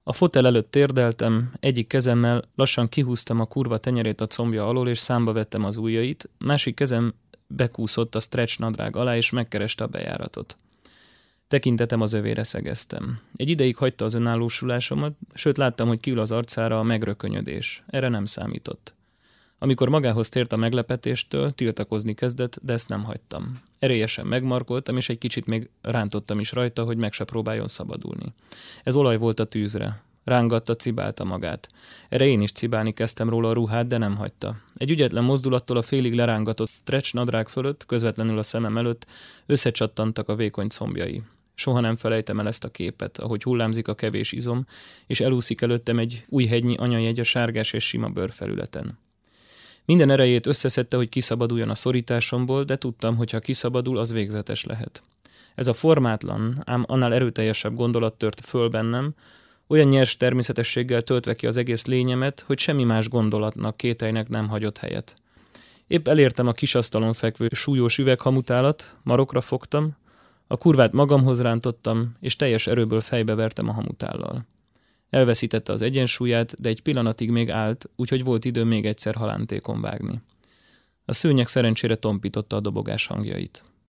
A fotel előtt térdeltem, egyik kezemmel lassan kihúztam a kurva tenyerét a combja alól, és számba vettem az ujjait, másik kezem bekúszott a stretch nadrág alá, és megkereste a bejáratot. Tekintetem az övére szegeztem. Egy ideig hagyta az önállósulásomat, sőt láttam, hogy kiül az arcára a megrökönyödés. Erre nem számított. Amikor magához tért a meglepetéstől, tiltakozni kezdett, de ezt nem hagytam. Erélyesen megmarkoltam, és egy kicsit még rántottam is rajta, hogy meg se próbáljon szabadulni. Ez olaj volt a tűzre. Rángatta, cibálta magát. Erre én is cibálni kezdtem róla a ruhát, de nem hagyta. Egy ügyetlen mozdulattól a félig lerángatott stretch nadrág fölött, közvetlenül a szemem előtt összecsattantak a vékony combjai. Soha nem felejtem el ezt a képet, ahogy hullámzik a kevés izom, és elúszik előttem egy új hegynyi anyajegy a sárgás és sima bőrfelületen. Minden erejét összeszedte, hogy kiszabaduljon a szorításomból, de tudtam, hogy ha kiszabadul, az végzetes lehet. Ez a formátlan, ám annál erőteljesebb gondolat tört föl bennem, olyan nyers természetességgel töltve ki az egész lényemet, hogy semmi más gondolatnak, kételynek nem hagyott helyet. Épp elértem a kisasztalon fekvő súlyos üveghamutálat, marokra fogtam, a kurvát magamhoz rántottam, és teljes erőből fejbevertem a hamutállal. Elveszítette az egyensúlyát, de egy pillanatig még állt, úgyhogy volt idő még egyszer halántékon vágni. A szőnyeg szerencsére tompította a dobogás hangjait.